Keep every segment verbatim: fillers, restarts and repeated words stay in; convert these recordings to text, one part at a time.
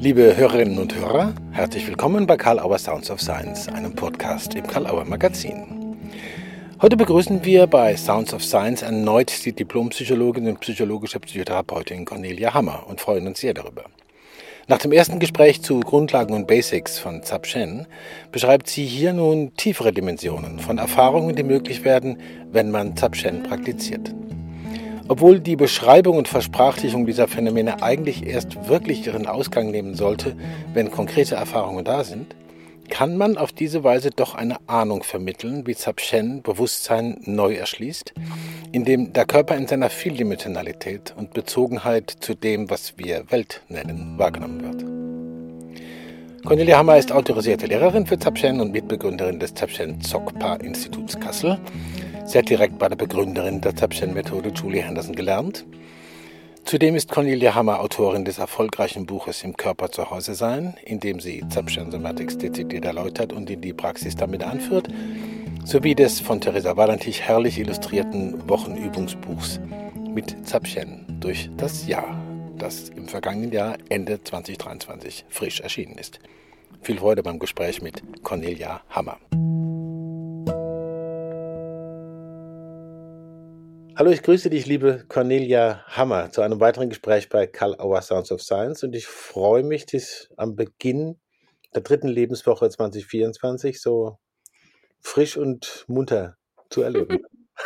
Liebe Hörerinnen und Hörer, herzlich willkommen bei Karl Auer Sounds of Science, einem Podcast im Karl Auer Magazin. Heute begrüßen wir bei Sounds of Science erneut die Diplompsychologin und psychologische Psychotherapeutin Cornelia Hammer und freuen uns sehr darüber. Nach dem ersten Gespräch zu Grundlagen und Basics von Dzogchen beschreibt sie hier nun tiefere Dimensionen von Erfahrungen, die möglich werden, wenn man Dzogchen praktiziert. Obwohl die Beschreibung und Versprachlichung dieser Phänomene eigentlich erst wirklich ihren Ausgang nehmen sollte, wenn konkrete Erfahrungen da sind, kann man auf diese Weise doch eine Ahnung vermitteln, wie Dzogchen Bewusstsein neu erschließt, indem der Körper in seiner Vieldimensionalität und Bezogenheit zu dem, was wir Welt nennen, wahrgenommen wird. Cornelia Hammer ist autorisierte Lehrerin für Dzogchen und Mitbegründerin des Dzogchen Dzogpa Instituts Kassel. Sie hat direkt bei der Begründerin der Dzogchen-Methode Julie Henderson gelernt. Zudem ist Cornelia Hammer Autorin des erfolgreichen Buches Im Körper zu Hause sein, in dem sie Dzogchen Somatics dezidiert erläutert und in die Praxis damit anführt, sowie des von Theresa Valentich herrlich illustrierten Wochenübungsbuchs mit Dzogchen durch das Jahr, das im vergangenen Jahr Ende zwanzig dreiundzwanzig frisch erschienen ist. Viel Freude beim Gespräch mit Cornelia Hammer. Hallo, ich grüße dich, liebe Cornelia Hammer, zu einem weiteren Gespräch bei Karl Auer Sounds of Science, und ich freue mich, dich am Beginn der dritten Lebenswoche zwanzig vierundzwanzig so frisch und munter zu erleben.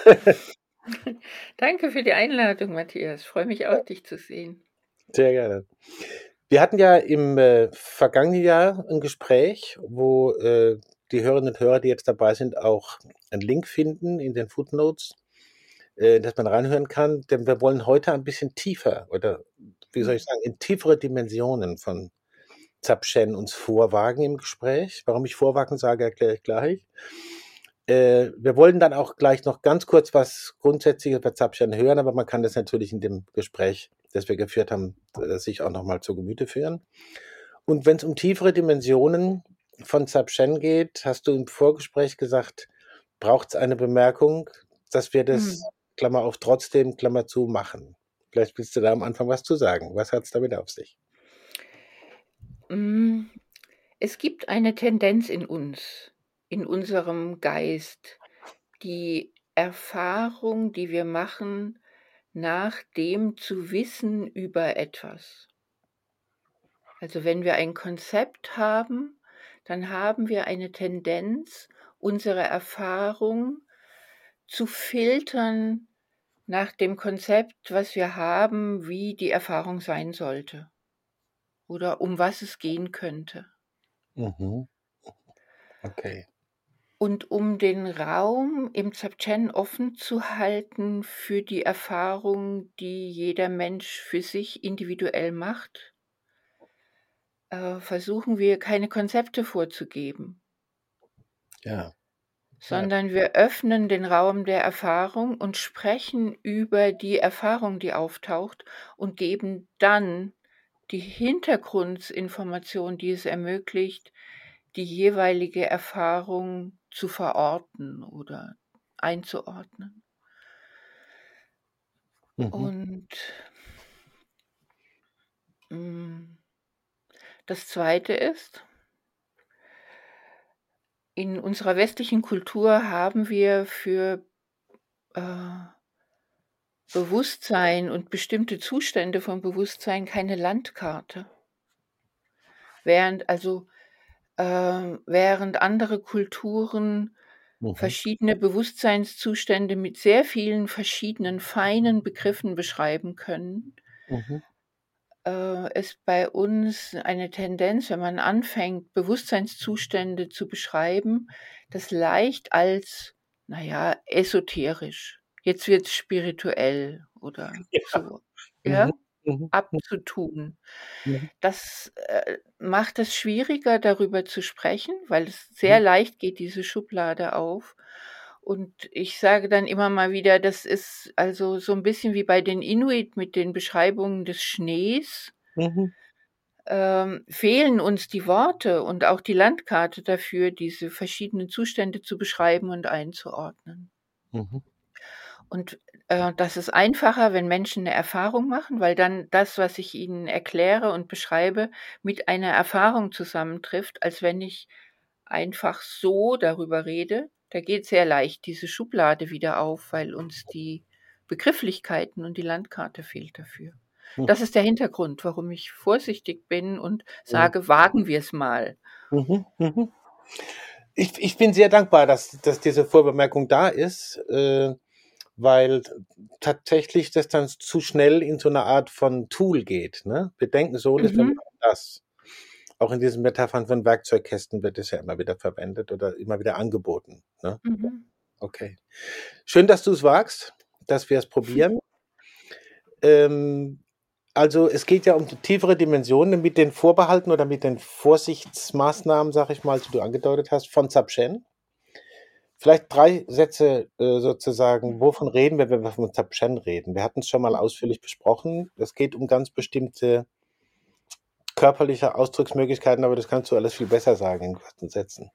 Danke für die Einladung, Matthias. Ich freue mich auch, dich zu sehen. Sehr gerne. Wir hatten ja im äh, vergangenen Jahr ein Gespräch, wo äh, die Hörerinnen und Hörer, die jetzt dabei sind, auch einen Link finden in den Footnotes, dass man reinhören kann, denn wir wollen heute ein bisschen tiefer oder, wie soll ich sagen, in tiefere Dimensionen von Dzogchen uns vorwagen im Gespräch. Warum ich vorwagen sage, erkläre ich gleich. Äh, wir wollen dann auch gleich noch ganz kurz was Grundsätzliches über Dzogchen hören, aber man kann das natürlich in dem Gespräch, das wir geführt haben, sich auch nochmal zu Gemüte führen. Und wenn es um tiefere Dimensionen von Dzogchen geht, hast du im Vorgespräch gesagt, braucht es eine Bemerkung, dass wir das hm. Klammer auf trotzdem, Klammer zu, machen. Vielleicht willst du da am Anfang was zu sagen. Was hat es damit auf sich? Es gibt eine Tendenz in uns, in unserem Geist, die Erfahrung, die wir machen, nach dem zu wissen über etwas. Also wenn wir ein Konzept haben, dann haben wir eine Tendenz, unsere Erfahrung zu filtern nach dem Konzept, was wir haben, wie die Erfahrung sein sollte oder um was es gehen könnte. Mhm. Okay. Und um den Raum im Dzogchen offen zu halten für die Erfahrung, die jeder Mensch für sich individuell macht, äh, versuchen wir keine Konzepte vorzugeben. Ja. Sondern wir öffnen den Raum der Erfahrung und sprechen über die Erfahrung, die auftaucht, und geben dann die Hintergrundinformation, die es ermöglicht, die jeweilige Erfahrung zu verorten oder einzuordnen. Mhm. Und mh, das Zweite ist, in unserer westlichen Kultur haben wir für äh, Bewusstsein und bestimmte Zustände von Bewusstsein keine Landkarte. Während also äh, während andere Kulturen mhm. verschiedene Bewusstseinszustände mit sehr vielen verschiedenen feinen Begriffen beschreiben können, mhm. äh, ist bei uns eine Tendenz, wenn man anfängt, Bewusstseinszustände zu beschreiben, das leicht als, naja, esoterisch, jetzt wird es spirituell oder ja. so, ja, mhm. Mhm. abzutun. Mhm. Das äh, macht es schwieriger, darüber zu sprechen, weil es sehr mhm. leicht geht, diese Schublade auf. Und ich sage dann immer mal wieder, das ist also so ein bisschen wie bei den Inuit mit den Beschreibungen des Schnees. Mhm. Ähm, fehlen uns die Worte und auch die Landkarte dafür, diese verschiedenen Zustände zu beschreiben und einzuordnen. Mhm. Und äh, das ist einfacher, wenn Menschen eine Erfahrung machen, weil dann das, was ich ihnen erkläre und beschreibe, mit einer Erfahrung zusammentrifft, als wenn ich einfach so darüber rede. Da geht sehr leicht diese Schublade wieder auf, weil uns die Begrifflichkeiten und die Landkarte fehlt dafür. Mhm. Das ist der Hintergrund, warum ich vorsichtig bin und Mhm. sage: „Wagen wir es mal." Mhm. Mhm. Ich, ich bin sehr dankbar, dass, dass diese Vorbemerkung da ist, äh, weil tatsächlich das dann zu schnell in so eine Art von Tool geht. Ne? Wir denken so, dass wir Mhm. machen das. Auch in diesen Metaphern von Werkzeugkästen wird es ja immer wieder verwendet oder immer wieder angeboten. Ne? Mhm. Okay. Schön, dass du es wagst, dass wir es probieren. Ähm, also es geht ja um die tiefere Dimensionen mit den Vorbehalten oder mit den Vorsichtsmaßnahmen, sag ich mal, die du angedeutet hast, von Zapchen. Vielleicht drei Sätze äh, sozusagen, wovon reden wir, wenn wir von Zapchen reden? Wir hatten es schon mal ausführlich besprochen. Es geht um ganz bestimmte körperliche Ausdrucksmöglichkeiten, aber das kannst du alles viel besser sagen in kurzen Sätzen.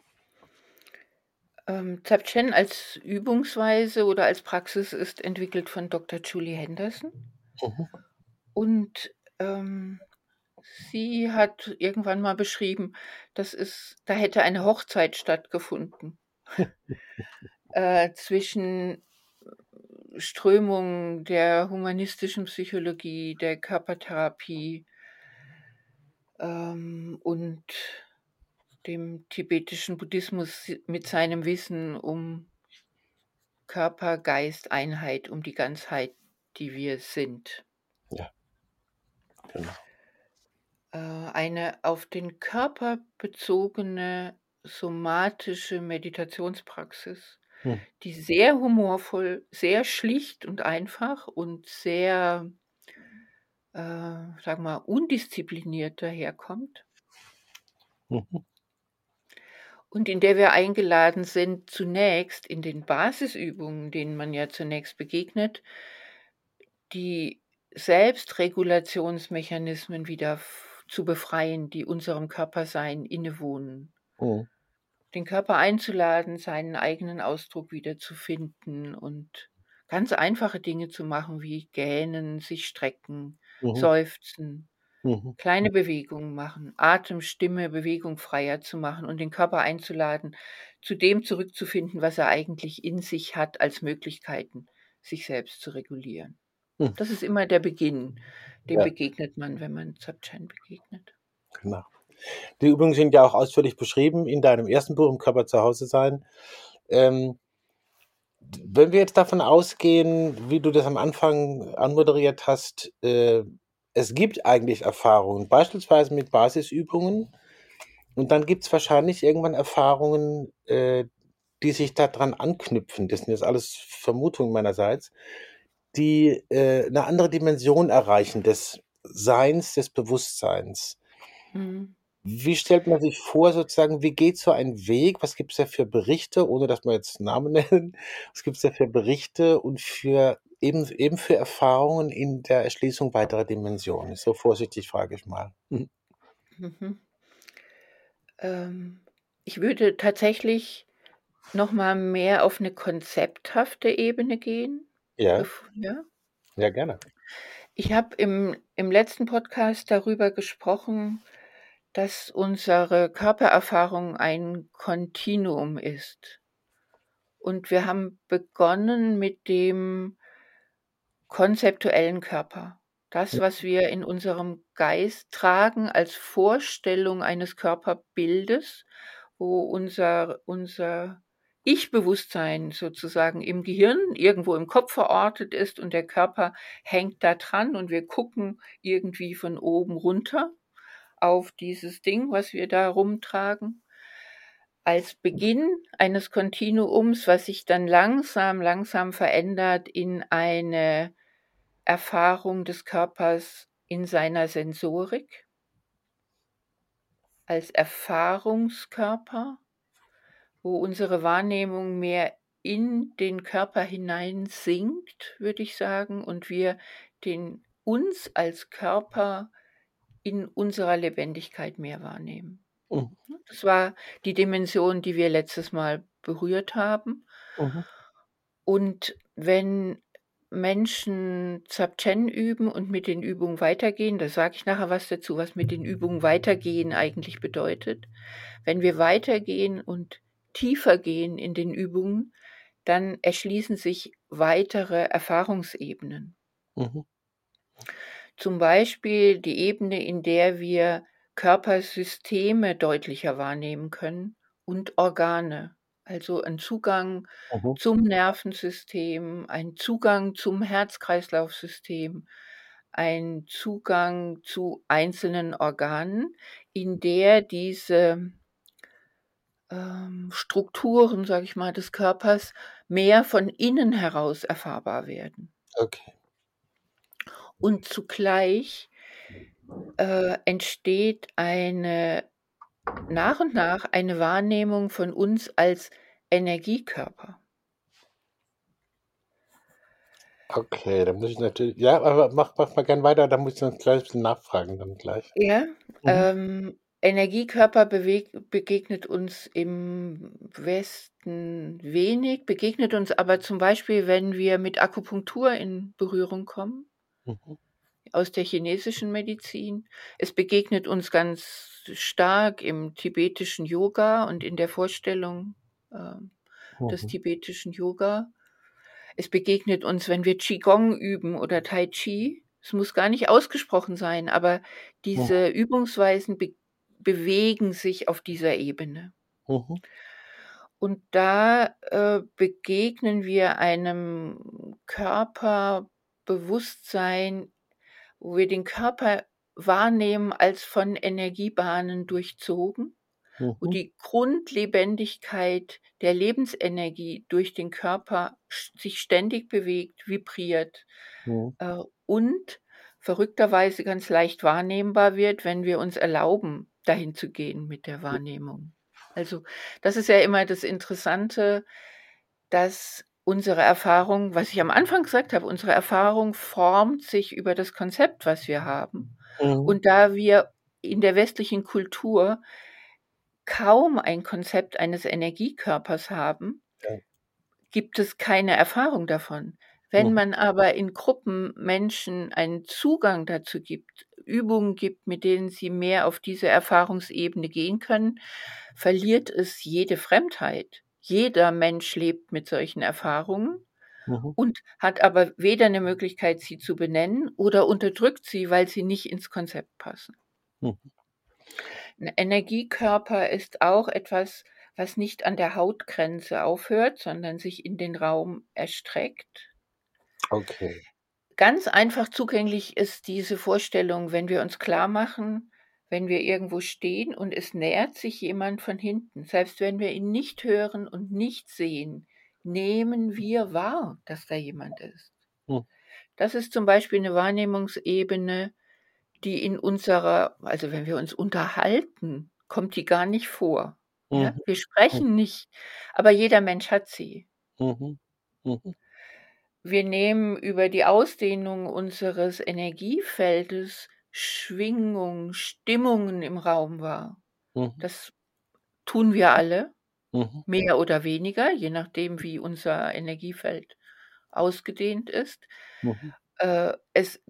Ähm, Zapchen als Übungsweise oder als Praxis ist entwickelt von Doktor Julie Henderson Mhm. und, ähm, sie hat irgendwann mal beschrieben, das ist da hätte eine Hochzeit stattgefunden, äh, zwischen Strömungen der humanistischen Psychologie, der Körpertherapie, ähm, und dem tibetischen Buddhismus mit seinem Wissen um Körper, Geist, Einheit, um die Ganzheit, die wir sind. Ja, genau. Äh, eine auf den Körper bezogene somatische Meditationspraxis, Hm. die sehr humorvoll, sehr schlicht und einfach und sehr, äh, sagen wir, undiszipliniert daherkommt Mhm. und in der wir eingeladen sind, zunächst in den Basisübungen, denen man ja zunächst begegnet, die Selbstregulationsmechanismen wieder f zu befreien, die unserem Körpersein innewohnen. Mhm. Den Körper einzuladen, seinen eigenen Ausdruck wiederzufinden und ganz einfache Dinge zu machen wie gähnen, sich strecken, Mhm. seufzen, Mhm. kleine Bewegungen machen, Atem, Stimme, Bewegung freier zu machen und den Körper einzuladen, zu dem zurückzufinden, was er eigentlich in sich hat als Möglichkeiten, sich selbst zu regulieren. Mhm. Das ist immer der Beginn. Dem Ja, begegnet man, wenn man Zapchen begegnet. genau. Die Übungen sind ja auch ausführlich beschrieben in deinem ersten Buch, Im Körper zu Hause sein. Ähm, wenn wir jetzt davon ausgehen, wie du das am Anfang anmoderiert hast, äh, es gibt eigentlich Erfahrungen, beispielsweise mit Basisübungen, und dann gibt es wahrscheinlich irgendwann Erfahrungen, äh, die sich daran anknüpfen. Das sind jetzt alles Vermutungen meinerseits, die äh, eine andere Dimension erreichen des Seins, des Bewusstseins. Mhm. Wie stellt man sich vor, sozusagen, wie geht so ein Weg? Was gibt es da für Berichte, ohne dass wir jetzt Namen nennen? Was gibt es da für Berichte und für eben, eben für Erfahrungen in der Erschließung weiterer Dimensionen? So vorsichtig frage ich mal. Mhm. Mhm. Ähm, ich würde tatsächlich noch mal mehr auf 'ne konzepthafte Ebene gehen, Ja, bef ja? ja, gerne. Ich habe im im letzten Podcast darüber gesprochen, dass unsere Körpererfahrung ein Kontinuum ist. Und wir haben begonnen mit dem konzeptuellen Körper. Das, was wir in unserem Geist tragen als Vorstellung eines Körperbildes, wo unser unser Ich-Bewusstsein sozusagen im Gehirn, irgendwo im Kopf verortet ist und der Körper hängt da dran und wir gucken irgendwie von oben runter auf dieses Ding, was wir da rumtragen. Als Beginn eines Kontinuums, was sich dann langsam, langsam verändert in eine Erfahrung des Körpers in seiner Sensorik als Erfahrungskörper, wo unsere Wahrnehmung mehr in den Körper hineinsinkt, würde ich sagen, und wir den uns als Körper in unserer Lebendigkeit mehr wahrnehmen. Mhm. Das war die Dimension, die wir letztes Mal berührt haben. Mhm. Und wenn Menschen Dzogchen üben und mit den Übungen weitergehen, da sage ich nachher was dazu, was mit den Übungen weitergehen eigentlich bedeutet. Wenn wir weitergehen und tiefer gehen in den Übungen, dann erschließen sich weitere Erfahrungsebenen. Mhm. Zum Beispiel die Ebene, in der wir Körpersysteme deutlicher wahrnehmen können und Organe. Also ein Zugang Mhm. zum Nervensystem, ein Zugang zum Herz-Kreislauf-System, ein Zugang zu einzelnen Organen, in der diese ähm, Strukturen, sage ich mal, des Körpers mehr von innen heraus erfahrbar werden. Okay. Und zugleich äh, entsteht eine nach und nach eine Wahrnehmung von uns als Energiekörper. Okay, da muss ich natürlich ja, aber mach mach mal gern weiter, da muss ich noch 'n kleines bisschen nachfragen dann gleich. Ja, Mhm. ähm, Energiekörper beweg begegnet uns im Westen wenig, begegnet uns aber zum Beispiel, wenn wir mit Akupunktur in Berührung kommen Mhm. aus der chinesischen Medizin. Es begegnet uns ganz stark im tibetischen Yoga und in der Vorstellung, ähm, des Mhm. tibetischen Yoga. Es begegnet uns, wenn wir Qigong üben oder Tai Chi. Es muss gar nicht ausgesprochen sein, aber Mhm. diese Übungsweisen be bewegen sich auf dieser Ebene. Mhm. Und da, äh, begegnen wir einem Körperbewusstsein, wo wir den Körper wahrnehmen als von Energiebahnen durchzogen, wo Mhm. die Grundlebendigkeit der Lebensenergie durch den Körper sch sich ständig bewegt, vibriert, Mhm. äh, und verrückterweise ganz leicht wahrnehmbar wird, wenn wir uns erlauben, dahin zu gehen mit der Wahrnehmung. Also, das ist ja immer das Interessante, dass unsere Erfahrung, was ich am Anfang gesagt habe, unsere Erfahrung formt sich über das Konzept, was wir haben. Mhm. Und da wir in der westlichen Kultur kaum ein Konzept eines Energiekörpers haben, Ja. gibt es keine Erfahrung davon. Wenn Mhm. man aber in Gruppen Menschen einen Zugang dazu gibt, Übungen gibt, mit denen sie mehr auf diese Erfahrungsebene gehen können, verliert es jede Fremdheit. Jeder Mensch lebt mit solchen Erfahrungen Mhm. und hat aber weder eine Möglichkeit, sie zu benennen oder unterdrückt sie, weil sie nicht ins Konzept passen. Mhm. 'N Energiekörper ist auch etwas, was nicht an der Hautgrenze aufhört, sondern sich in den Raum erstreckt. Okay. Ganz einfach zugänglich ist diese Vorstellung, wenn wir uns klarmachen, wenn wir irgendwo stehen und es nähert sich jemand von hinten, selbst wenn wir ihn nicht hören und nicht sehen, nehmen wir wahr, dass da jemand ist. Mhm. Das ist zum Beispiel 'ne Wahrnehmungsebene, die in unserer also, wenn wir uns unterhalten, kommt die gar nicht vor, ja? Mhm. Wir Mhm. sprechen nicht, aber jeder Mensch hat sie. Mhm. Mhm. Wir nehmen über die Ausdehnung unseres Energiefeldes Schwingungen, Stimmungen im Raum wahr. Mhm. Das tun wir alle, Mhm. mehr oder weniger, je nachdem, wie unser Energiefeld ausgedehnt ist. Mhm. Äh, es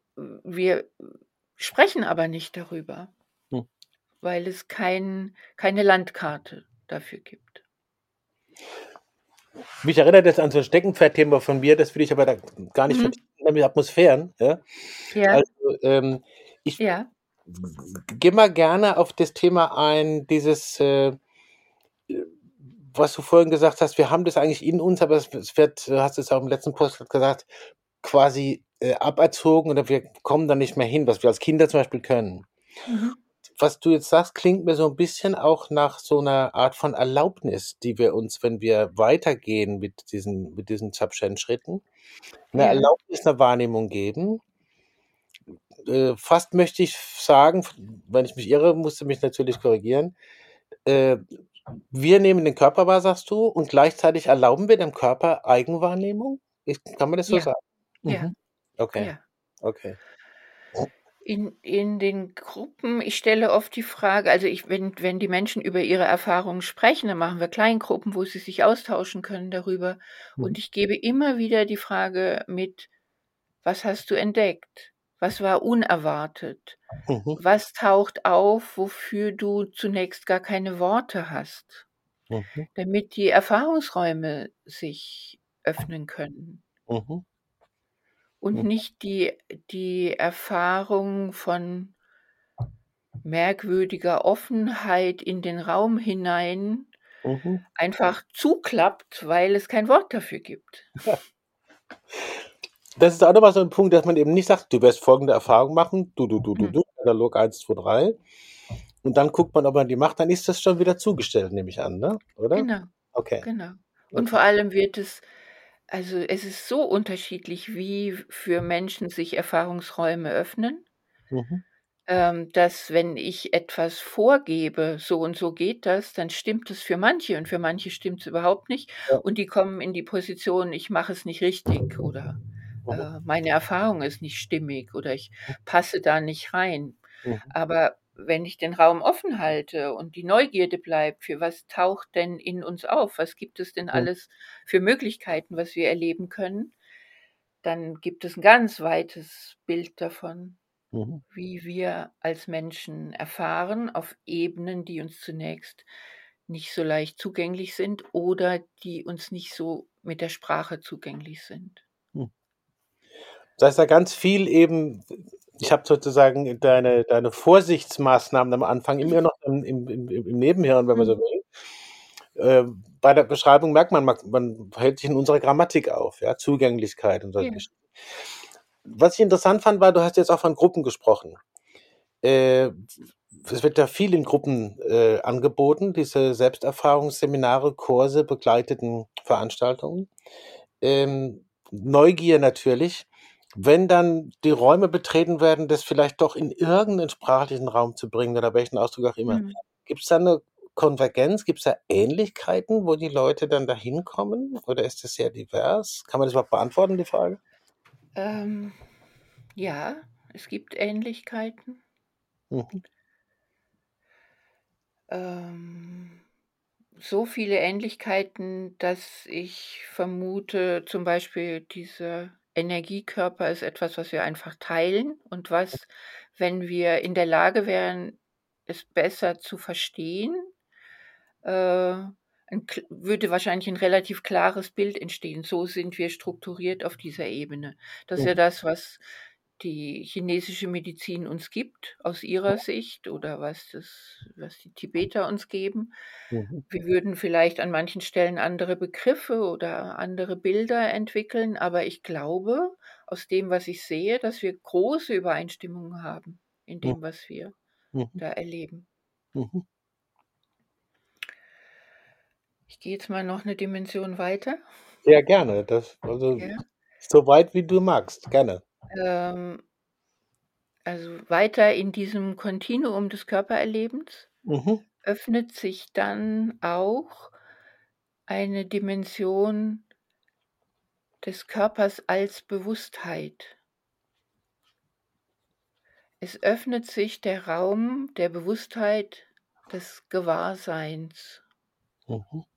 wir sprechen aber nicht darüber, Mhm. weil es kein keine Landkarte dafür gibt. Mich erinnert das an so 'n Steckenpferdthema von mir, das will ich aber da gar nicht Mhm. vertiefen, nämlich Atmosphären, ja? Ja, Also, ähm, ich ja. gehe mal gerne auf das Thema ein, dieses, äh, was du vorhin gesagt hast, wir haben das eigentlich in uns, aber es es wird du hast es auch im letzten Post gesagt, quasi, äh, aberzogen oder wir kommen da nicht mehr hin, was wir als Kinder zum Beispiel können. Mhm. Was du jetzt sagst, klingt mir so 'n bisschen auch nach so 'ner Art von Erlaubnis, die wir uns, wenn wir weitergehen mit diesen mit diesen Dzogchen-Schritten, 'ne Ja, Erlaubnis 'ner Wahrnehmung geben. Äh, fast möchte ich sagen, f wenn ich mich irre, musst du mich natürlich korrigieren. Äh, wir nehmen den Körper wahr, sagst du, und gleichzeitig erlauben wir dem Körper Eigenwahrnehmung? Ich kann man das so ja, sagen? ja, Mhm. Okay, ja. okay. In in den Gruppen ich stelle oft die Frage also, ich wenn wenn die Menschen über ihre Erfahrungen sprechen, dann machen wir Kleingruppen, wo sie sich austauschen können darüber. Und Mhm. ich gebe immer wieder die Frage mit: „Was hast du entdeckt? Was war unerwartet? Mhm. Was taucht auf, wofür du zunächst gar keine Worte hast?“ Mhm. Damit die Erfahrungsräume sich öffnen können Mhm. und Mhm. nicht die die Erfahrung von merkwürdiger Offenheit in den Raum hinein Mhm. einfach zuklappt, weil es kein Wort dafür gibt. Das ist auch noch mal so 'n Punkt, dass man eben nicht sagt: „Du wirst folgende Erfahrung machen, du, du, du, du, Mhm. du, Katalog eins, zwei, drei.“ Und dann guckt man, ob man die macht, dann ist das schon wieder zugestellt, nehme ich an, ne? Oder? Genau, Okay, genau. Und okay. vor allem wird es also, es ist so unterschiedlich, wie f für Menschen sich Erfahrungsräume öffnen, Mhm. ähm, dass wenn ich etwas vorgebe, so und so geht das, dann stimmt es für manche und für manche stimmt's überhaupt nicht Ja. und die kommen in die Position: „Ich mache es nicht richtig“ oder, Mhm. äh, „Meine Erfahrung ist nicht stimmig“ oder „Ich passe da nicht rein.“ Mhm. Aber wenn ich den Raum offen halte und die Neugierde bleibt, für was taucht denn in uns auf? Was gibt es denn Mhm. alles für Möglichkeiten, was wir erleben können? Dann gibt es 'n ganz weites Bild davon, Mhm. wie wir als Menschen erfahren auf Ebenen, die uns zunächst nicht so leicht zugänglich sind oder die uns nicht so mit der Sprache zugänglich sind. Hm. Da ist ja ganz viel eben ich habe sozusagen deine deine Vorsichtsmaßnahmen am Anfang immer noch im im im im Nebenhirn, wenn man so Mhm. will. Ähm, bei der Beschreibung merkt man, man man hält sich in unserer Grammatik auf, ja, Zugänglichkeit und solche Ja. Geschichten. Was ich interessant fand, war, du hast jetzt auch von Gruppen gesprochen. Äh, es wird ja viel in Gruppen, äh, angeboten, diese Selbsterfahrungsseminare, Kurse, begleiteten Veranstaltungen. Ähm, Neugier natürlich. Wenn dann die Räume betreten werden, das vielleicht doch in irgend 'nen sprachlichen Raum zu bringen oder welchen Ausdruck auch immer. Mhm. Gibt's da 'ne Konvergenz? Gibt's da Ähnlichkeiten, wo die Leute dann da hinkommen oder ist das sehr divers? Kann man das überhaupt beantworten, die Frage? Ähm, ja, es gibt Ähnlichkeiten. Mhm. Ähm, so viele Ähnlichkeiten, dass ich vermute, zum Beispiel dieser Energiekörper ist etwas, was wir einfach teilen und was, wenn wir in der Lage wären, es besser zu verstehen, äh, 'n kl würde wahrscheinlich 'n relativ klares Bild entstehen. So sind wir strukturiert auf dieser Ebene. Das ist ja Mhm. das, was die chinesische Medizin uns gibt aus ihrer Sicht oder was das was die Tibeter uns geben. Mhm. Wir würden vielleicht an manchen Stellen andere Begriffe oder andere Bilder entwickeln, aber ich glaube, aus dem, was ich sehe, dass wir große Übereinstimmungen haben in Mhm. dem, was wir Mhm. da erleben. Mhm. Ich gehe jetzt mal noch 'ne Dimension weiter. Sehr gerne. Das also, Ja. so weit wie du magst, gerne. Ähm also, weiter in diesem Kontinuum des Körpererlebens Mhm. öffnet sich dann auch eine Dimension des Körpers als Bewusstheit. Es öffnet sich der Raum der Bewusstheit, des Gewahrseins. Mhm.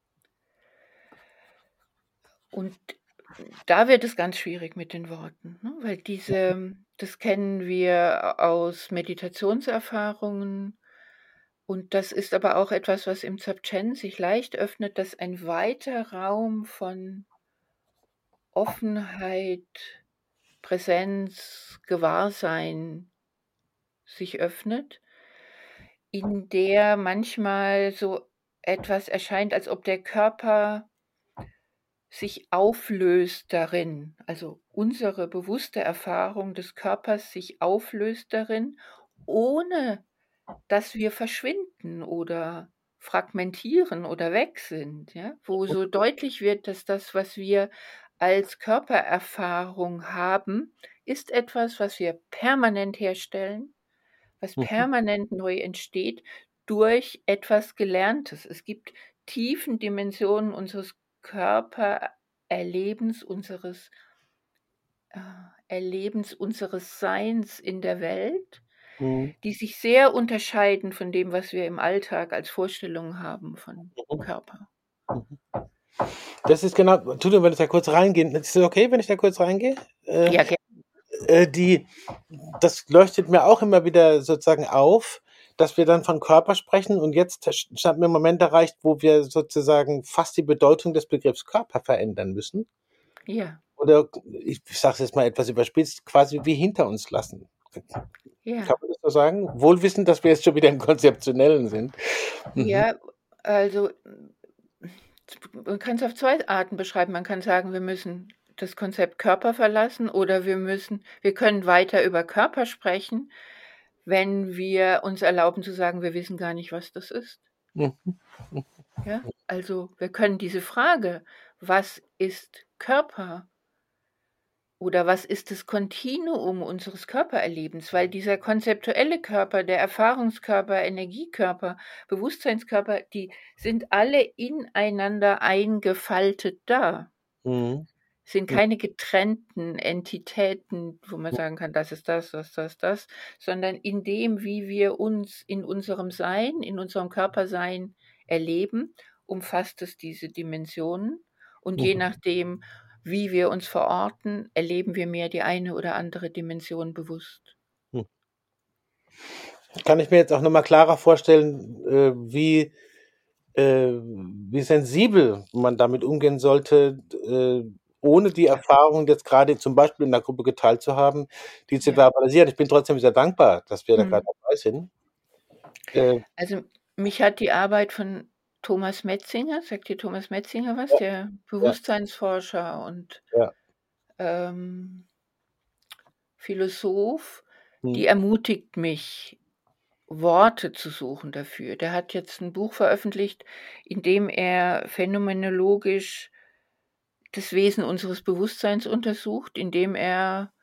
Und da wird es ganz schwierig mit den Worten, ne, weil diese das kennen wir aus Meditationserfahrungen und das ist aber auch etwas, was im Dzogchen sich leicht öffnet, dass ein weiter Raum von Offenheit, Präsenz, Gewahrsein sich öffnet in der manchmal so etwas erscheint, als ob der Körper sich auflöst darin, also unsere bewusste Erfahrung des Körpers sich auflöst darin, ohne dass wir verschwinden oder fragmentieren oder weg sind, ja? Wo so deutlich wird, dass das, was wir als Körpererfahrung haben, ist etwas, was wir permanent herstellen, was Mhm. permanent neu entsteht durch etwas Gelerntes. Es gibt Tiefendimensionen unseres Körpererlebens, unseres äh, Erlebens unseres Seins in der Welt, Mhm. die sich sehr unterscheiden von dem, was wir im Alltag als Vorstellung haben von Mhm. Körper. Mhm. Das ist genau Entschuldigung, wenn ich da kurz reingehe. Ist es okay, wenn ich da kurz reingehe? Äh, Ja, ge äh, die das leuchtet mir auch immer wieder sozusagen auf, dass wir dann von Körper sprechen und jetzt sch haben wir 'n Moment erreicht, wo wir sozusagen fast die Bedeutung des Begriffs Körper verändern müssen. Ja, Oder ich sage es jetzt mal etwas überspitzt, quasi wie hinter uns lassen. Kann ja. man das so sagen? Wohl wissend, dass wir jetzt schon wieder im Konzeptionellen sind. Mhm. Ja, also, hm, man kann's auf zwei Arten beschreiben. Man kann sagen, wir müssen das Konzept Körper verlassen oder wir müssen wir können weiter über Körper sprechen, wenn wir uns erlauben zu sagen, wir wissen gar nicht, was das ist. Mhm. Mhm. Ja, also, wir können diese Frage: „Was ist Körper?“ oder „Was ist das Kontinuum unseres Körpererlebens?“ Weil dieser konzeptuelle Körper, der Erfahrungskörper, Energiekörper, Bewusstseinskörper, die sind alle ineinander eingefaltet da. Mhm. Sind Mhm. keine getrennten Entitäten, wo man sagen kann: „Das ist das, das, das, das“, sondern in dem, wie wir uns in unserem Sein, in unserem Körpersein erleben, umfasst es diese Dimensionen. Und je Mhm. nachdem, wie wir uns verorten, erleben wir mehr die eine oder andere Dimension bewusst. Hm. Kann ich mir jetzt auch noch mal klarer vorstellen, äh, wie äh, wie sensibel man damit umgehen sollte, d äh, ohne die Ja, Erfahrung jetzt grade zum Beispiel in 'ner Gruppe geteilt zu haben, die zu ja. verbalisieren. Ich bin trotzdem sehr dankbar, dass wir da grad Mhm. dabei sind. Äh, Also, mich hat die Arbeit von Thomas Metzinger, sagt dir Thomas Metzinger was? ja, Der ja, Bewusstseinsforscher und, ja. ähm Philosoph, Mhm. die ermutigt mich, Worte zu suchen dafür. Der hat jetzt 'n Buch veröffentlicht, in dem er phänomenologisch das Wesen unseres Bewusstseins untersucht, indem er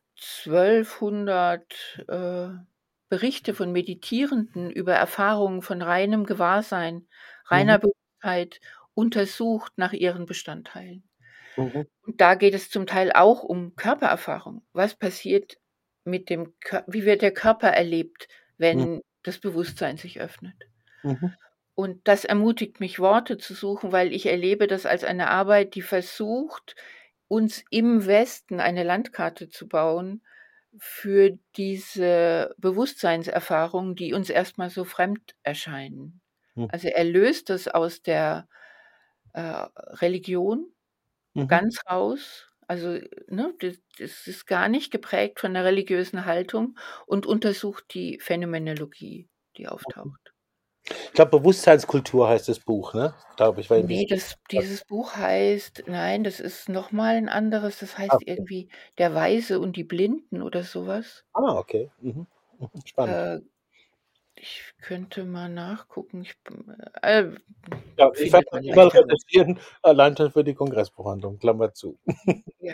zwölfhundert, äh, Berichte von Meditierenden über Erfahrungen von reinem Gewahrsein, Mhm. reiner Bewusstheit untersucht nach ihren Bestandteilen. Mhm. Und da geht es zum Teil auch um Körpererfahrung. Was passiert mit dem Kör wie wird der Körper erlebt, Mhm. wenn das Bewusstsein sich öffnet? Mhm. Und das ermutigt mich, Worte zu suchen, weil ich erlebe das als eine Arbeit, die versucht, uns im Westen eine Landkarte zu bauen für diese Bewusstseinserfahrungen, die uns erst mal so fremd erscheinen. Mhm. Also, er löst das aus der, äh, Religion Mhm. ganz raus. Also, ne, das das ist gar nicht geprägt von 'ner religiösen Haltung und untersucht die Phänomenologie, die auftaucht. Ich glaube, Bewusstseinskultur heißt das Buch, ne? Glaube ich, weil Ne, das dieses Buch heißt nein, das ist noch mal 'n anderes, das ah, heißt okay. irgendwie „Der Weise und die Blinden“ oder so was. Ah, okay. Mhm. Mhm. Spannend. Äh, ich könnte mal nachgucken. Ich b äh, Ja, ich werde findet das man mal leicht heraus. recherchieren, allein schon für die Kongressbuchhandlung, Klammer zu. Ja.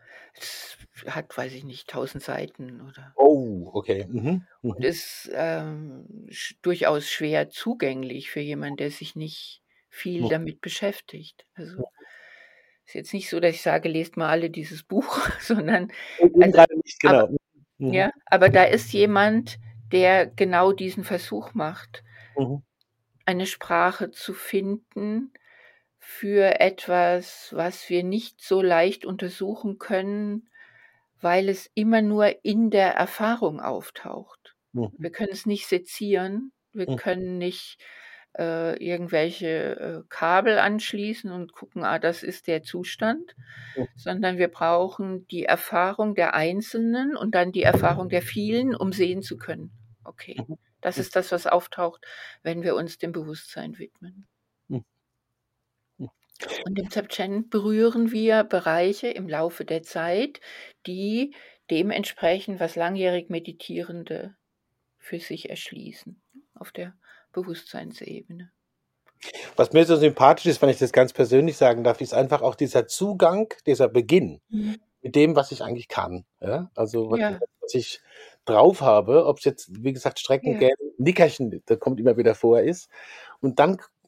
Es hat, weiß ich nicht, tausend Seiten oder Oh, okay. Mhm. und Mhm. ist, ähm, sch durchaus schwer zugänglich für jemanden, der sich nicht viel Mhm. damit beschäftigt. Also, ist jetzt nicht so, dass ich sage: „Lest mal alle dieses Buch“, sondern Eben also grade nicht, aber genau. Mhm. ja, aber da ist jemand, der genau diesen Versuch macht, Mhm. eine Sprache zu finden für etwas, was wir nicht so leicht untersuchen können, weil es immer nur in der Erfahrung auftaucht. Mhm. Wir können es nicht sezieren, wir Mhm. können nicht, äh, irgendwelche, äh, Kabel anschließen und gucken: „Ah, das ist der Zustand“, Mhm. sondern wir brauchen die Erfahrung der Einzelnen und dann die Erfahrung der Vielen, um sehen zu können: „Okay, Mhm. das Mhm. ist das, was auftaucht, wenn wir uns dem Bewusstsein widmen.“ Mhm. Mhm. Und im Dzogchen berühren wir Bereiche im Laufe der Zeit, die dem entsprechen, was langjährig Meditierende für sich erschließen auf der Bewusstseinsebene. Was mir so sympathisch ist, wenn ich das ganz persönlich sagen darf, ist einfach auch dieser Zugang, dieser Beginn Mhm. mit dem, was ich eigentlich kann, ja? Also, was Ja, was ich drauf habe, ob's jetzt, wie gesagt, Strecken, ja, Gähnen, Nickerchen, da kommt immer wieder vor, ist. Und dann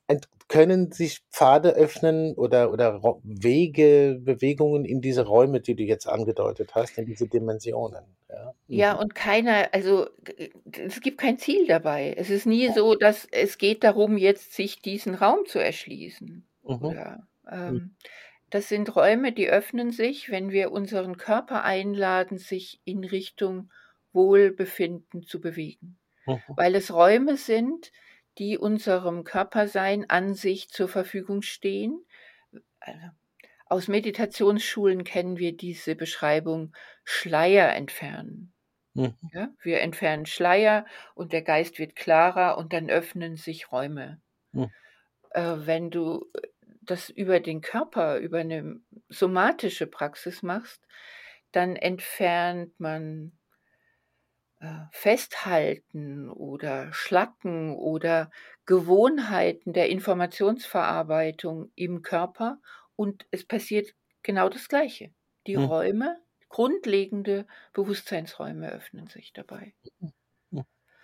ent können sich Pfade öffnen oder oder Ro Wege, Bewegungen in diese Räume, die du jetzt angedeutet hast, in diese Dimensionen, ja? Ja, Mhm. und keiner also, g g es gibt kein Ziel dabei. Es ist nie so, dass es geht darum, jetzt sich diesen Raum zu erschließen Mhm. oder, Mhm. ähm das sind Räume, die öffnen sich, wenn wir unseren Körper einladen, sich in Richtung Wohlbefinden zu bewegen, Mhm. weil es Räume sind, die unserem Körpersein an sich zur Verfügung stehen. Also, aus Meditationsschulen kennen wir diese Beschreibung Schleier entfernen. Mhm. Ja, wir entfernen Schleier und der Geist wird klarer und dann öffnen sich Räume. Mhm. Äh, wenn du äh, das über den Körper, über eine somatische Praxis machst, dann entfernt man äh, Festhalten oder Schlacken oder Gewohnheiten der Informationsverarbeitung im Körper und es passiert genau das Gleiche. Die Mhm. Räume, grundlegende Bewusstseinsräume öffnen sich dabei. Mhm.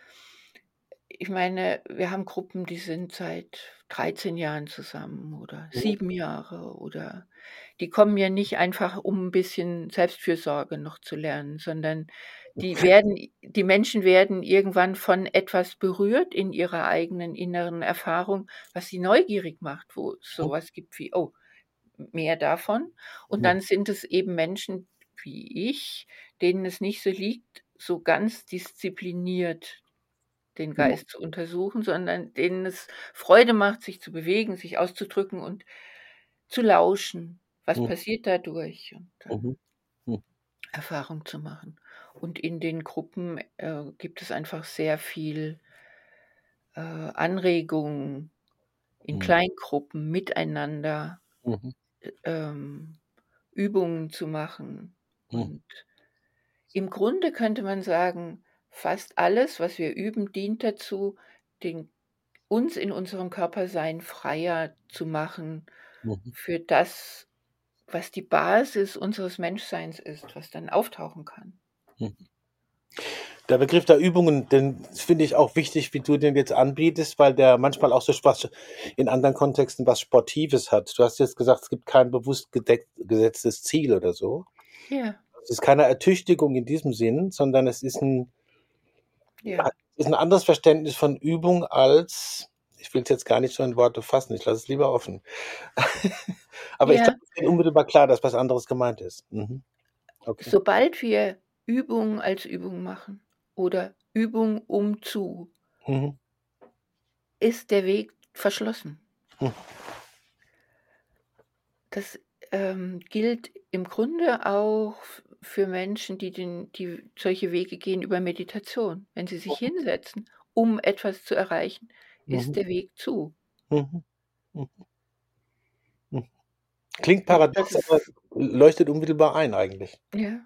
Ich meine, wir haben Gruppen, die sind seit dreizehn Jahren zusammen oder Mhm. sieben Jahre oder die kommen ja nicht einfach, um 'n bisschen Selbstfürsorge noch zu lernen, sondern die werden die Menschen werden irgendwann von etwas berührt in ihrer eigenen inneren Erfahrung, was sie neugierig macht, wo es so was gibt wie: „Oh, mehr davon." Und Mhm. dann sind es eben Menschen wie ich, denen es nicht so liegt, so ganz diszipliniert den Mhm. Geist zu untersuchen, sondern denen es Freude macht, sich zu bewegen, sich auszudrücken und zu lauschen. Was Mhm. passiert dadurch? Und Mhm. dann Mhm. Erfahrung zu machen. Und in den Gruppen, äh, gibt es einfach sehr viel, äh, Anregung in Mhm. Kleingruppen miteinander, Mhm. ähm, Übungen zu machen. Mhm. Und im Grunde könnte man sagen, fast alles, was wir üben, dient dazu, den uns in unserem Körpersein freier zu machen Mhm. für das, was die Basis unseres Menschseins ist, was dann auftauchen kann. Mhm. Der Begriff der Übungen, den finde ich auch wichtig, wie du den jetzt anbietest, weil der manchmal auch so was in anderen Kontexten was Sportives hat. Du hast jetzt gesagt, es gibt kein bewusst gedeckt gesetztes Ziel oder so. Ja, Es ist keine Ertüchtigung in diesem Sinn, sondern es ist 'n ja, ist 'n anderes Verständnis von Übung als ich will's jetzt gar nicht so in Worte fassen, ich lasse es lieber offen. Aber ich ja. glaube, es wird unmittelbar klar, dass was anderes gemeint ist. Mhm. Okay. Sobald wir Übung als Übung machen oder Übung um zu, Mhm. ist der Weg verschlossen. Mhm. Das, ähm, gilt im Grunde auch f für Menschen, die den die solche Wege gehen über Meditation. Wenn sie sich hinsetzen, um etwas zu erreichen, ist Mhm. der Weg zu. Mhm. Mhm. Mhm. Klingt Und das paradox, aber ist leuchtet unmittelbar ein eigentlich. ja.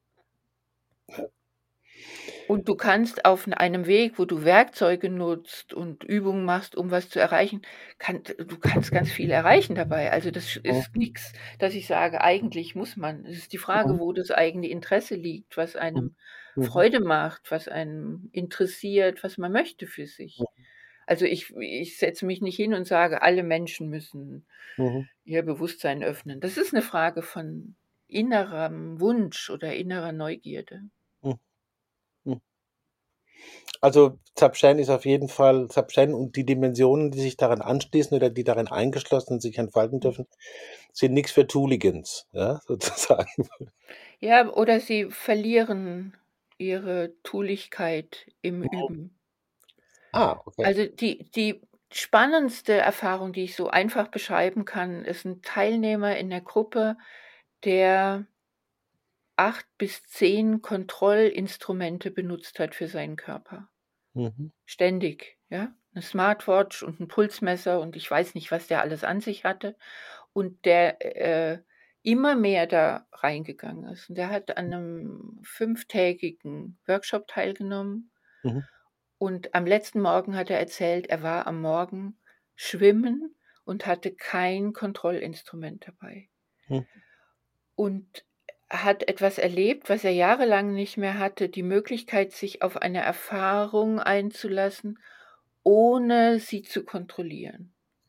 Und du kannst auf 'n einem Weg, wo du Werkzeuge nutzt und Übungen machst, um was zu erreichen, kann du kannst ganz viel erreichen dabei. Also, das ist Mhm. nix, dass ich sage, eigentlich muss man. Es ist die Frage, Mhm. wo das eigene Interesse liegt, was Mhm. einem Mhm. Freude macht, was einen interessiert, was man möchte für sich. Also, ich ich setze mich nicht hin und sage, alle Menschen müssen Mhm. ihr Bewusstsein öffnen. Das ist 'ne Frage von innerem Wunsch oder innerer Neugierde. Mhm. Mhm. Also, Zapchen ist auf jeden Fall Zapchen und die Dimensionen, die sich daran anschließen oder die darin eingeschlossen sich entfalten Mhm. dürfen, sind nix für Tooligans, ja, sozusagen. Ja, oder sie verlieren ihre Tulichkeit im Mhm. Üben. Ah, okay. Also, die die spannendste Erfahrung, die ich so einfach beschreiben kann, ist 'n Teilnehmer in der Gruppe, der acht bis zehn Kontrollinstrumente benutzt hat für seinen Körper. Mhm. Ständig, ja? 'Ne Smartwatch und 'n Pulsmesser und ich weiß nicht, was der alles an sich hatte und der, äh, immer mehr da reingegangen ist. Und der hat an 'nem fünftägigen Workshop teilgenommen Mhm. und am letzten Morgen hat er erzählt, er war am Morgen schwimmen und hatte kein Kontrollinstrument dabei. Mhm. Und hat etwas erlebt, was er jahrelang nicht mehr hatte, die Möglichkeit, sich auf eine Erfahrung einzulassen, ohne sie zu kontrollieren.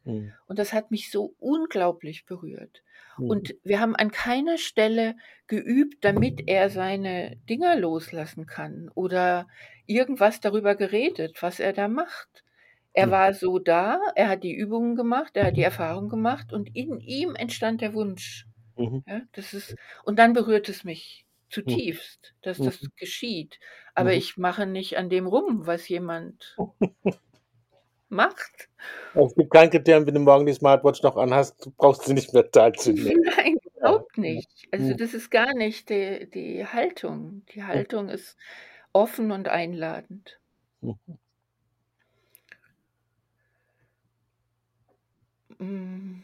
Mhm. Und das hat mich so unglaublich berührt. Mhm. Und wir haben an keiner Stelle geübt, damit er seine Dinger loslassen kann oder irgendwas darüber geredet, was er da macht. Er Mhm. war so da, er hat die Übungen gemacht, er hat die Erfahrung gemacht und in ihm entstand der Wunsch. Mhm. Ja, das ist, und dann berührt es mich Mhm. zutiefst, dass Mhm. das geschieht. Aber Mhm. ich mache nicht an dem rum, was jemand macht. Es gibt kein Kriterium, wenn du morgen die Smartwatch noch anhast, brauchst du nicht mehr teilzunehmen. Nein, Ja. überhaupt nicht. Also, Mhm. das ist gar nicht die die Haltung. Die Haltung ist offen und einladend. Mhm. Hm,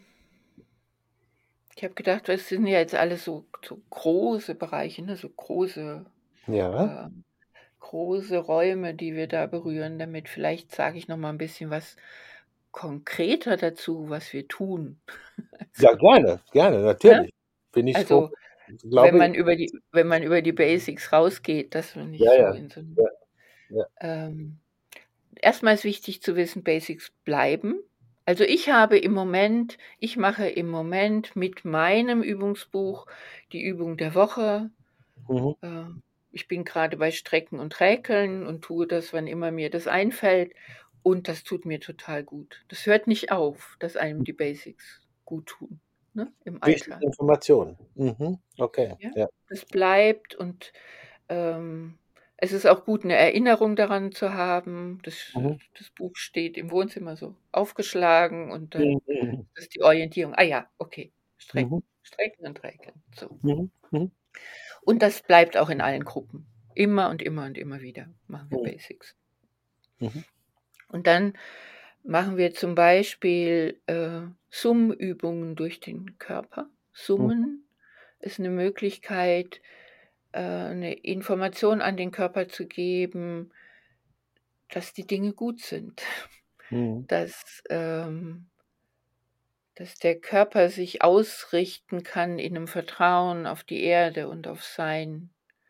ich habe gedacht, das sind ja jetzt alles so so große Bereiche, ne, so große Ja, ähm, große Räume, die wir da berühren damit. Vielleicht sage ich noch mal 'n bisschen was konkreter dazu, was wir tun. ja, Also, gerne, gerne, ne? natürlich. Bin ich hoch Also, wenn glaube ich man über die wenn man über die Basics rausgeht, dass man ja, nicht so ja, in so 'n ja, ja. ähm erst mal ist wichtig zu wissen, Basics bleiben. Also, ich habe im Moment ich mache im Moment mit meinem Übungsbuch die Übung der Woche. Mhm. Äh, ich bin grade bei Strecken und Räkeln und tue das, wann immer mir das einfällt, und das tut mir total gut. Das hört nicht auf, dass einem die Basics guttun, ne, im Wichtige Alltag. Information. Mhm. Okay, Ja, ja. das bleibt und, ähm, es ist auch gut, 'ne Erinnerung daran zu haben. Das Mhm. das Buch steht im Wohnzimmer so aufgeschlagen und dann Mhm. ist die Orientierung: „Ah ja, okay, Mhm. strecken, strecken und räkeln“, so. Mhm. Mhm. Und das bleibt auch in allen Gruppen. Immer und immer und immer wieder machen wir Mhm. Basics. Mhm. Und dann machen wir zum Beispiel, äh, Summübungen durch den Körper. Mhm. Summen ist 'ne Möglichkeit, äh, 'ne Information an den Körper zu geben, dass die Dinge gut sind, Mhm. dass, ähm dass der Körper sich ausrichten kann in 'nem Vertrauen auf die Erde und auf Sein.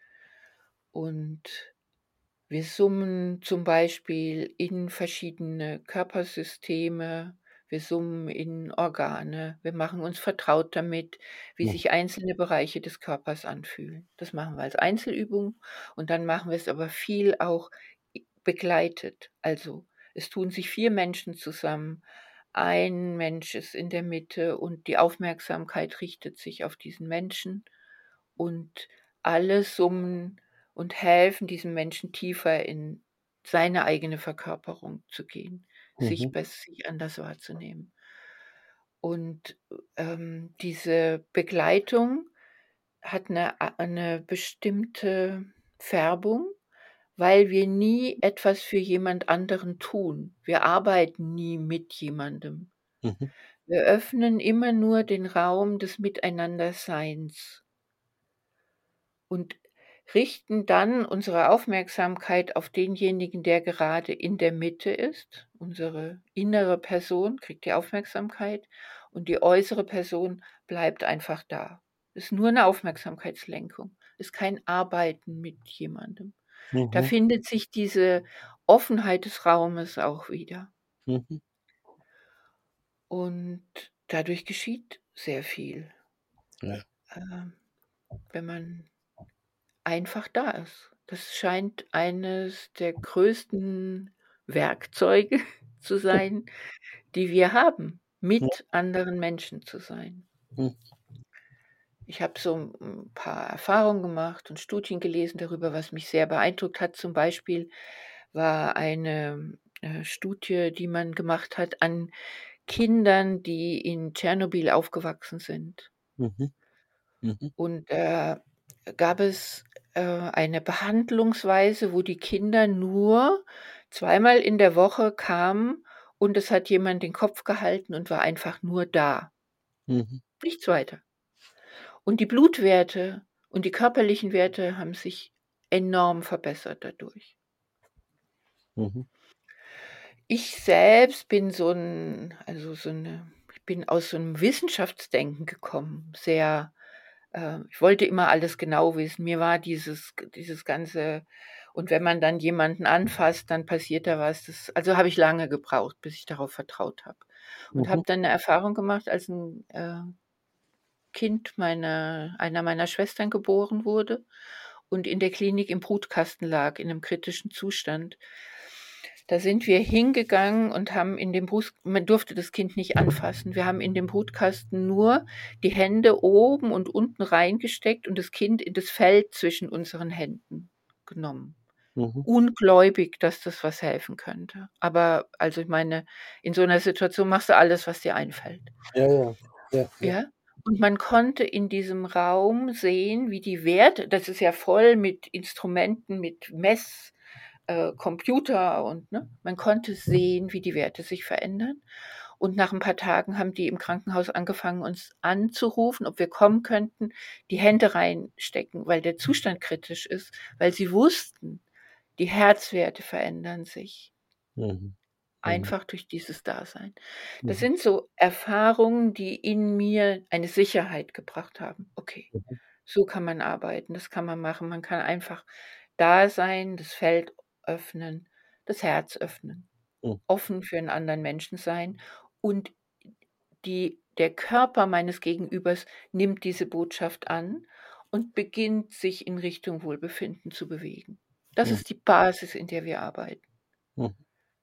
Und wir summen zum Beispiel in verschiedene Körpersysteme. Wir summen in Organe. Wir machen uns vertraut damit, wie Mhm. sich einzelne Bereiche des Körpers anfühlen. Das machen wir als Einzelübung und dann machen wir es aber viel auch i begleitet. Also, es tun sich vier Menschen zusammen. Ein Mensch ist in der Mitte und die Aufmerksamkeit richtet sich auf diesen Menschen und alle summen und helfen diesem Menschen tiefer in seine eigene Verkörperung zu gehen, sich Mhm. bess sich anders wahrzunehmen. Und, ähm, diese Begleitung hat 'ne a 'ne bestimmte Färbung, weil wir nie etwas für jemand anderen tun. Wir arbeiten nie mit jemandem. Mhm. Wir öffnen immer nur den Raum des Miteinanderseins und richten dann unsere Aufmerksamkeit auf denjenigen, der gerade in der Mitte ist. Unsere innere Person kriegt die Aufmerksamkeit und die äußere Person bleibt einfach da. Ist nur 'ne Aufmerksamkeitslenkung, ist kein Arbeiten mit jemandem. Da Mhm. findet sich diese Offenheit des Raumes auch wieder. Mhm. Und dadurch geschieht sehr viel. Ja. Ähm, wenn man einfach da ist. Das scheint eines der größten Werkzeuge zu sein, die wir haben, Mhm. mit anderen Menschen zu sein. Mhm. Ich habe so 'n 'n paar Erfahrungen gemacht und Studien gelesen darüber, was mich sehr beeindruckt hat. Zum Beispiel war eine, äh, Studie, die man gemacht hat an Kindern, die in Tschernobyl aufgewachsen sind. Mhm. Mhm. Und, äh, gab es, äh, eine Behandlungsweise, wo die Kinder nur zweimal in der Woche kamen und es hat jemand den Kopf gehalten und war einfach nur da. Mhm. Nichts weiter. Und die Blutwerte und die körperlichen Werte haben sich enorm verbessert dadurch. Mhm. Ich selbst bin so 'n also, so 'ne ich bin aus so 'nem Wissenschaftsdenken gekommen, sehr äh, ich wollte immer alles genau wissen. Mir war dieses g dieses ganze Und wenn man dann jemanden anfasst, dann passiert da was. Das, also habe ich lange gebraucht, bis ich darauf vertraut habe. Und habe Mhm. dann eine Erfahrung gemacht, als ein äh, Kind meiner, einer meiner Schwestern geboren wurde und in der Klinik im Brutkasten lag, in einem kritischen Zustand. Da sind wir hingegangen und haben in dem Brust, man durfte das Kind nicht anfassen. Wir haben in dem Brutkasten nur die Hände oben und unten reingesteckt und das Kind in das Feld zwischen unseren Händen genommen. Mhm. Ungläubig, dass das was helfen könnte. Aber also ich meine, in so einer Situation machst du alles, was dir einfällt. Ja, ja, ja, ja. Ja? Und man konnte in diesem Raum sehen, wie die Werte, das ist ja voll mit Instrumenten, mit Mess, äh, Computer und ne, man konnte sehen, wie die Werte sich verändern. Und nach ein paar Tagen haben die im Krankenhaus angefangen, uns anzurufen, ob wir kommen könnten, die Hände reinstecken, weil der Zustand kritisch ist, weil sie wussten, die Herzwerte verändern sich. Mhm. Mhm. Einfach durch dieses Dasein. Das Mhm. sind so Erfahrungen, die in mir eine Sicherheit gebracht haben. Okay, Mhm. so kann man arbeiten, das kann man machen. Man kann einfach da sein, das Feld öffnen, das Herz öffnen, Mhm. offen für einen anderen Menschen sein. Und die, der Körper meines Gegenübers nimmt diese Botschaft an und beginnt sich in Richtung Wohlbefinden zu bewegen. Das Mhm. ist die Basis, in der wir arbeiten. Mhm.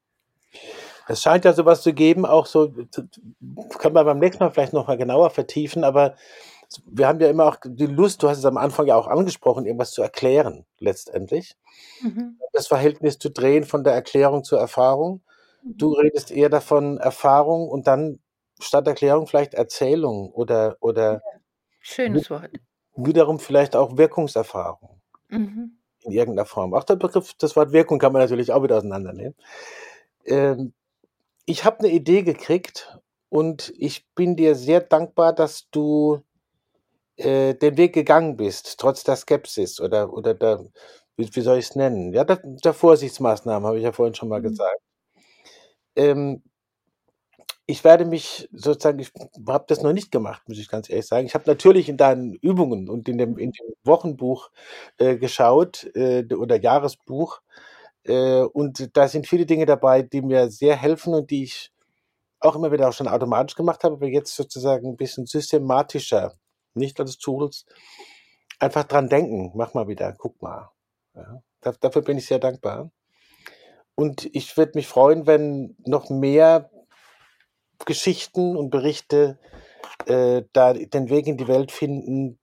Es scheint ja sowas zu geben, auch so, zu- können wir beim nächsten Mal vielleicht noch mal genauer vertiefen, aber wir haben ja immer auch die Lust, du hast es am Anfang ja auch angesprochen, irgendwas zu erklären, letztendlich. Mhm. Das Verhältnis zu drehen von der Erklärung zur Erfahrung. Du Mhm. redest eher davon Erfahrung und dann statt Erklärung vielleicht Erzählung oder, oder wi- Schönes Wort. wiederum vielleicht auch Wirkungserfahrung Mhm. in irgendeiner Form. Auch der Begriff, das Wort Wirkung kann man natürlich auch wieder auseinandernehmen. Ähm, Ich habe eine Idee gekriegt und ich bin dir sehr dankbar, dass du äh, den Weg gegangen bist, trotz der Skepsis oder, oder der, wie, wie soll ich es nennen? Ja, der, der Vorsichtsmaßnahmen, habe ich ja vorhin schon mal Mhm. gesagt. Ähm, Ich werde mich sozusagen, ich habe das noch nicht gemacht, muss ich ganz ehrlich sagen. Ich habe natürlich in deinen Übungen und in dem, in dem Wochenbuch äh, geschaut äh, oder Jahresbuch. Äh, und da sind viele Dinge dabei, die mir sehr helfen und die ich auch immer wieder auch schon automatisch gemacht habe, aber jetzt sozusagen ein bisschen systematischer, nicht als Tools, einfach dran denken, mach mal wieder, guck mal. Ja, da, dafür bin ich sehr dankbar. Und ich würde mich freuen, wenn noch mehr Geschichten und Berichte äh, da den Weg in die Welt finden,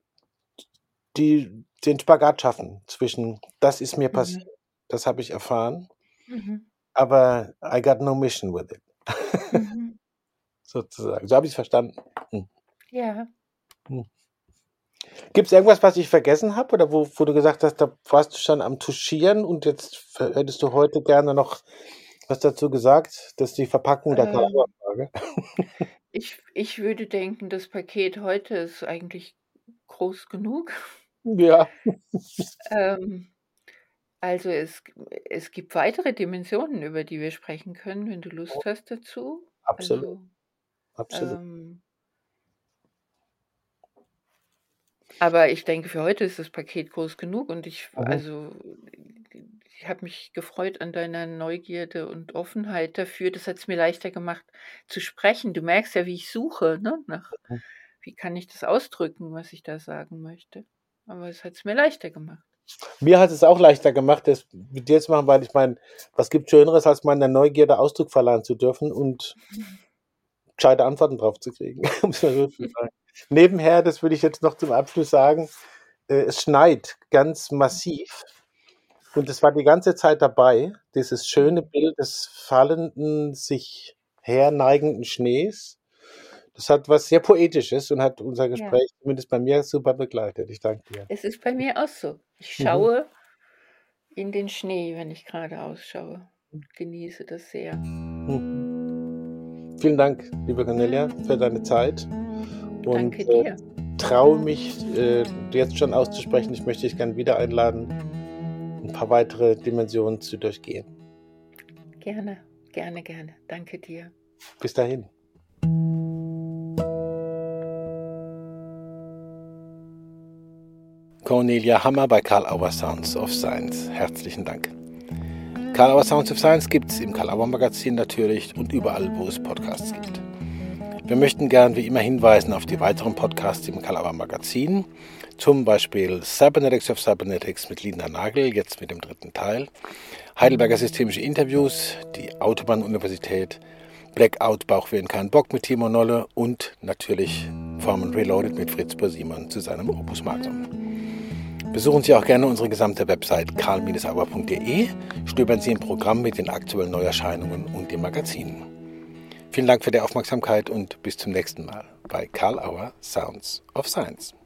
die den Spagat schaffen zwischen, das ist mir Mhm. passiert, das habe ich erfahren, Mhm. aber I got no mission with it, Mhm. sozusagen. So habe ich es verstanden. Hm. Ja. Hm. Gibt es irgendwas, was ich vergessen habe oder wo, wo du gesagt hast, da warst du schon am Touchieren und jetzt hättest du heute gerne noch was dazu gesagt? Das ist die Verpackung der Ähm, Kalauer-Frage. ich ich würde denken, das Paket heute ist eigentlich groß genug. Ja, Ähm, also es g es gibt weitere Dimensionen, über die wir sprechen können, wenn du Lust hast dazu. absolut, Also, absolut. ähm aber ich denke, für heute ist das Paket groß genug und ich Mhm. also, ich habe mich gefreut an deiner Neugierde und Offenheit dafür. Das hat es mir leichter gemacht zu sprechen. Du merkst ja, wie ich suche, ne, nach wie kann ich das ausdrücken, was ich da sagen möchte? Aber es hat es mir leichter gemacht. Mir hat es auch leichter gemacht, das mit dir zu machen, weil ich meine, was gibt Schöneres, als meiner Neugierde Ausdruck verleihen zu dürfen und gescheite Antworten drauf zu kriegen, um es mal so zu sagen. Nebenher, das würde ich jetzt noch zum Abschluss sagen, äh, es schneit ganz massiv und es war die ganze Zeit dabei, dieses schöne Mhm. Bild des fallenden, sich herneigenden Schnees. Das hat was sehr Poetisches und hat unser Ja, Gespräch zumindest bei mir super begleitet. Ich danke dir. es ist bei mir auch so. Ich Mhm. schaue in den Schnee, wenn ich gerade ausschaue. Genieße das sehr. Mhm. Vielen Dank, liebe Cornelia, für deine Zeit und Danke äh, dir. traue mich äh, jetzt schon auszusprechen. Ich möchte dich gerne wieder einladen, ein paar weitere Dimensionen zu durchgehen. Gerne, gerne, gerne. Danke dir. Bis dahin. Cornelia Hammer bei Karl Auer Sounds of Science. Herzlichen Dank. Karl Auer Sounds of Science gibt es im Karl Auer Magazin natürlich und überall, wo es Podcasts gibt. Wir möchten gern wie immer hinweisen auf die weiteren Podcasts im Karl Auer Magazin, zum Beispiel Cybernetics of Cybernetics mit Linda Nagel, jetzt mit dem dritten Teil, Heidelberger Systemische Interviews, die Autobahn-Universität, Blackout, Bauchweh und kein Bock mit Timo Nolle und natürlich Formen Reloaded mit Fritz Bursimon zu seinem Opus Magnum. Besuchen Sie auch gerne unsere gesamte Website karl auer punkt de, stöbern Sie im Programm mit den aktuellen Neuerscheinungen und den Magazinen. Vielen Dank für die Aufmerksamkeit und bis zum nächsten Mal bei Karl Auer Sounds of Science.